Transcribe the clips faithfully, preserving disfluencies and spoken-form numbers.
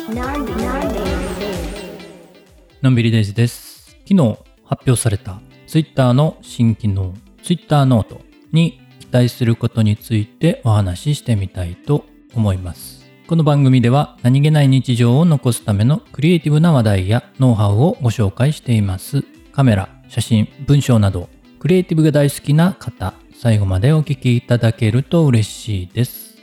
のんびりデイズです。昨日発表された Twitter の新機能 Twitter ノートに期待することについてお話ししてみたいと思います。この番組では何気ない日常を残すためのクリエイティブな話題やノウハウをご紹介しています。カメラ、写真、文章などクリエイティブが大好きな方、最後までお聞きいただけると嬉しいです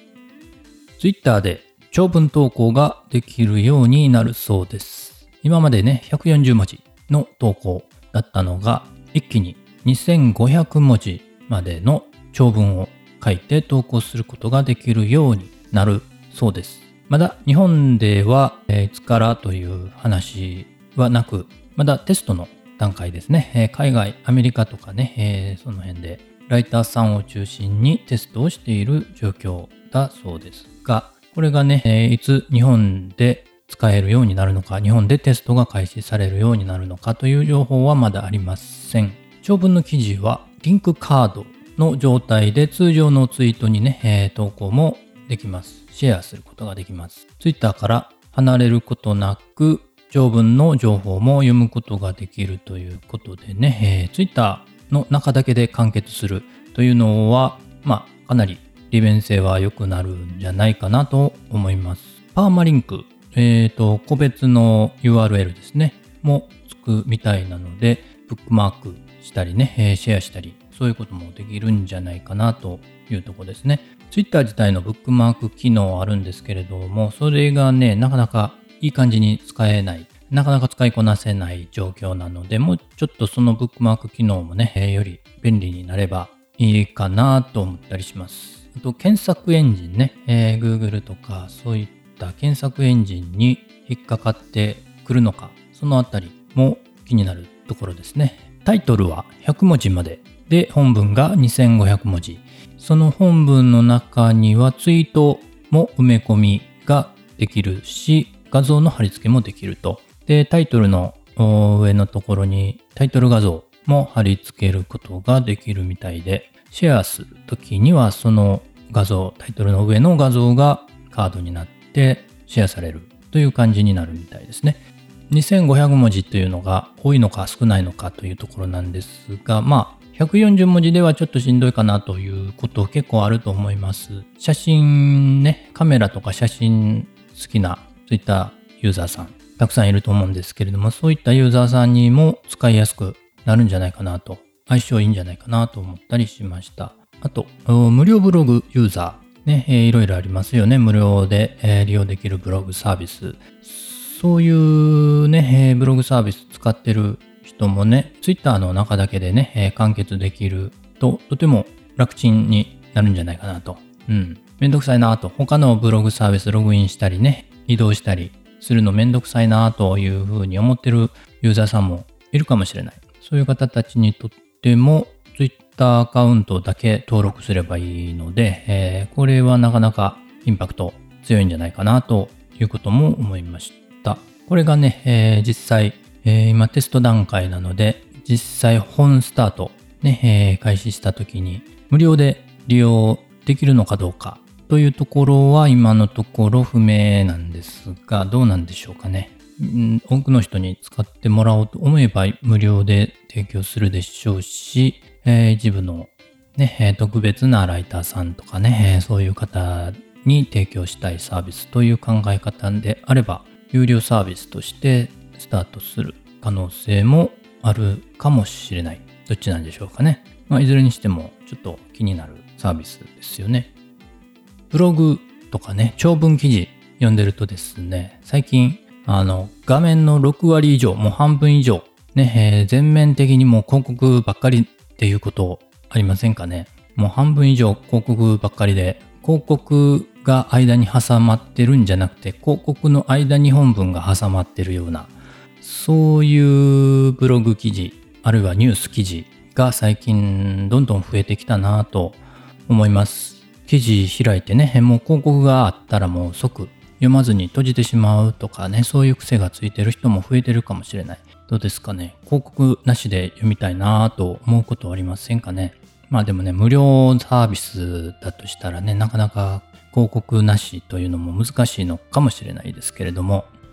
。Twitter で長文投稿ができるようになるそうです。今までね、ひゃくよんじゅうもじの投稿だったのが、一気ににせんごひゃくもじまでの長文を書いて投稿することができるようになるそうです。まだ日本では、えー、いつからという話はなく、まだテストの段階ですね。えー、海外、アメリカとかね、えー、その辺でライターさんを中心にテストをしている状況だそうですが、これがね、えー、いつ日本で使えるようになるのか、日本でテストが開始されるようになるのかという情報はまだありません。長文の記事はリンクカードの状態で通常のツイートにね、えー、投稿もできます。シェアすることができます。Twitter から離れることなく、長文の情報も読むことができるということでね、えー、Twitter の中だけで完結するというのは、まあ、かなり利便性は良くなるんじゃないかなと思います。パーマリンク、えーと、個別の ユーアールエル ですね、もつくみたいなので、ブックマークしたりね、えー、シェアしたり、そういうこともできるんじゃないかなというところですね。Twitter 自体のブックマーク機能あるんですけれども、それがね、なかなかいい感じに使えない、なかなか使いこなせない状況なので、もうちょっとそのブックマーク機能もね、えー、より便利になればいいかなと思ったりします。あと検索エンジンね、えー、Google とかそういった検索エンジンに引っかかってくるのか、そのあたりも気になるところですね。タイトルはひゃくもじまでで、本文がにせんごひゃくもじ。その本文の中にはツイートも埋め込みができるし、画像の貼り付けもできると。で、タイトルの上のところにタイトル画像も貼り付けることができるみたいで、シェアするときにはその画像、タイトルの上の画像がカードになってシェアされるという感じになるみたいですね。にせんごひゃくもじというのが多いのか少ないのかというところなんですが、まあひゃくよんじゅうもじではちょっとしんどいかなということ結構あると思います。写真ね、カメラとか写真好きなそういったユーザーさんたくさんいると思うんですけれども、そういったユーザーさんにも使いやすくなるんじゃないかなと、相性いいんじゃないかなと思ったりしました。あと、無料ブログユーザーね、えー、いろいろありますよね。無料で、えー、利用できるブログサービス。そういうね、えー、ブログサービス使ってる人もね、Twitter の中だけでね、えー、完結できると、とても楽ちんになるんじゃないかなと。うん。めんどくさいなと。他のブログサービスログインしたりね、移動したりするのめんどくさいなというふうに思ってるユーザーさんもいるかもしれない。そういう方たちにとっても Twitter アカウントだけ登録すればいいので、えー、これはなかなかインパクト強いんじゃないかなということも思いました。これがね、えー、実際、えー、今テスト段階なので、実際本スタート、ねえー、開始した時に無料で利用できるのかどうかというところは今のところ不明なんですが、どうなんでしょうかね。うん、多くの人に使ってもらおうと思えば無料で提供するでしょうし、えー、一部の、ね、特別なライターさんとかね、そういう方に提供したいサービスという考え方であれば、有料サービスとしてスタートする可能性もあるかもしれない。どっちなんでしょうかね。まあ、いずれにしてもちょっと気になるサービスですよね。ブログとかね、長文記事読んでるとですね、最近あの画面のろくわり以上、もう半分以上ね、えー、全面的にもう広告ばっかりっていうことありませんかね。もう半分以上広告ばっかりで、広告が間に挟まってるんじゃなくて、広告の間に本文が挟まってるような、そういうブログ記事、あるいはニュース記事が最近どんどん増えてきたなと思います。記事開いてね、もう広告があったらもう即読まずに閉じてしまうとかね、そういう癖がついてる人も増えてるかもしれない。どうですかね。広告なしで読みたいなと思うことはありませんかね。まあでもね、無料サービスだとしたらね、なかなか広告なしというのも難しいのかもしれないですけれども、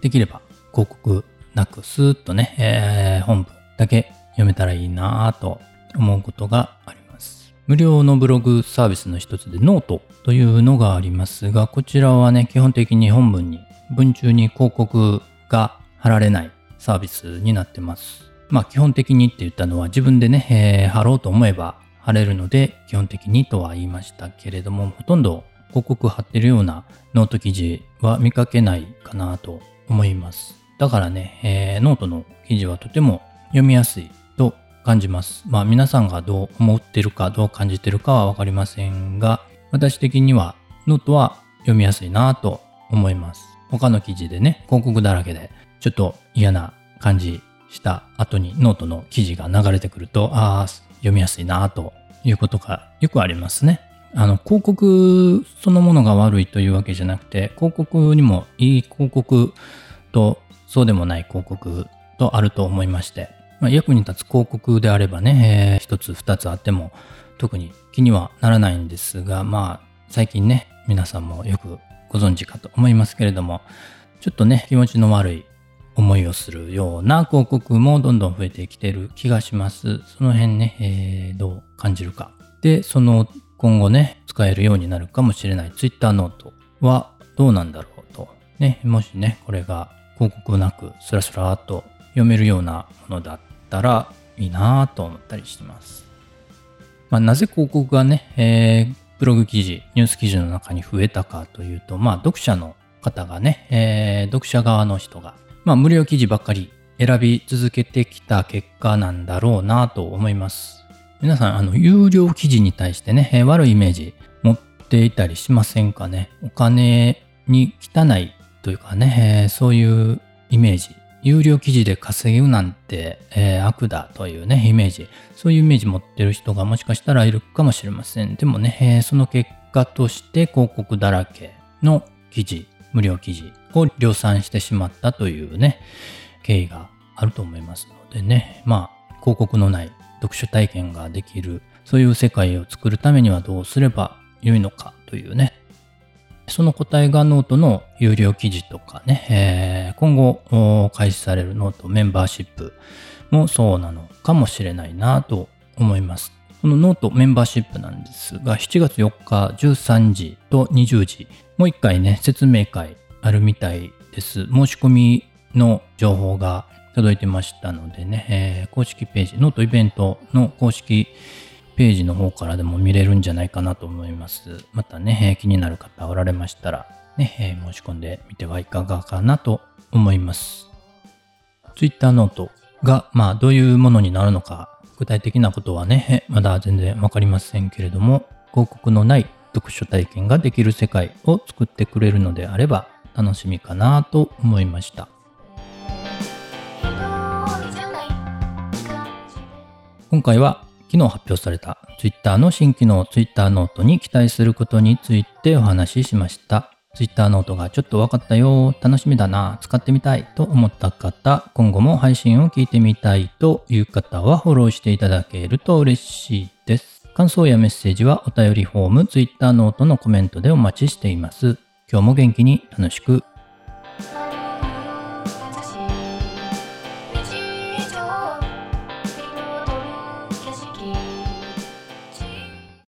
できれば広告なくスーッとね、えー、本文だけ読めたらいいなぁと思うことがあります。無料のブログサービスの一つでノートというのがありますが、こちらはね、基本的に本文に文中に広告が貼られないサービスになってます。まあ基本的にって言ったのは自分でね、えー、貼ろうと思えば貼れるので基本的にとは言いましたけれども、ほとんど広告貼ってるようなノート記事は見かけないかなと思います。だからね、えー、ノートの記事はとても読みやすいと感じます。まあ皆さんがどう思ってるかどう感じてるかはわかりませんが、私的にはノートは読みやすいなと思います。他の記事でね、広告だらけでちょっと嫌な感じした後にノートの記事が流れてくると、ああ、読みやすいなということがよくありますね。あの、広告そのものが悪いというわけじゃなくて、広告にもいい広告とそうでもない広告とあると思いまして、まあ、役に立つ広告であればね、えー、一つ二つあっても特に気にはならないんですが、まあ最近ね、皆さんもよくご存知かと思いますけれども、ちょっとね、気持ちの悪い思いをするような広告もどんどん増えてきてる気がします。その辺ね、えー、どう感じるか。で、その今後ね、使えるようになるかもしれない Twitter ノートはどうなんだろうと。ね、もしね、これが広告なくスラスラーっと読めるようなものだったらいいなぁと思ったりしてます。まあ、なぜ広告がね、えー、ブログ記事、ニュース記事の中に増えたかというと、まあ読者の方がね、えー、読者側の人がまあ無料記事ばっかり選び続けてきた結果なんだろうなと思います。皆さん、あの、有料記事に対してね、えー、悪いイメージ持っていたりしませんかね。お金に汚いというかね、えー、そういうイメージ。有料記事で稼ぐなんて、えー、悪だというね、イメージ。そういうイメージ持ってる人がもしかしたらいるかもしれません。でもね、えー、その結果として広告だらけの記事、無料記事を量産してしまったというね、経緯があると思いますのでね、まあ、広告のない読書体験ができる、そういう世界を作るためにはどうすればよいのかというね、その答えがノートの有料記事とかね、えー、今後開始されるノートメンバーシップもそうなのかもしれないなと思います。このノートメンバーシップなんですが、しちがつよっかじゅうさんじとにじゅうじ、もう一回ね、説明会あるみたいです。申し込みの情報が届いてましたのでね、えー、公式ページ、ノートイベントの公式ページの方からでも見れるんじゃないかなと思います。またね、えー、気になる方おられましたら、ね、えー、申し込んでみてはいかがかなと思います。Twitter ノートが、まあ、どういうものになるのか、具体的なことはね、まだ全然わかりませんけれども、広告のない読書体験ができる世界を作ってくれるのであれば楽しみかなと思いました。今回は昨日発表された Twitter の新機能 Twitter ノートに期待することについてお話ししました。Twitter ノートがちょっと分かったよ、楽しみだな、使ってみたいと思った方、今後も配信を聞いてみたいという方はフォローしていただけると嬉しいです。感想やメッセージはお便りフォーム Twitter ノートのコメントでお待ちしています。今日も元気に楽しく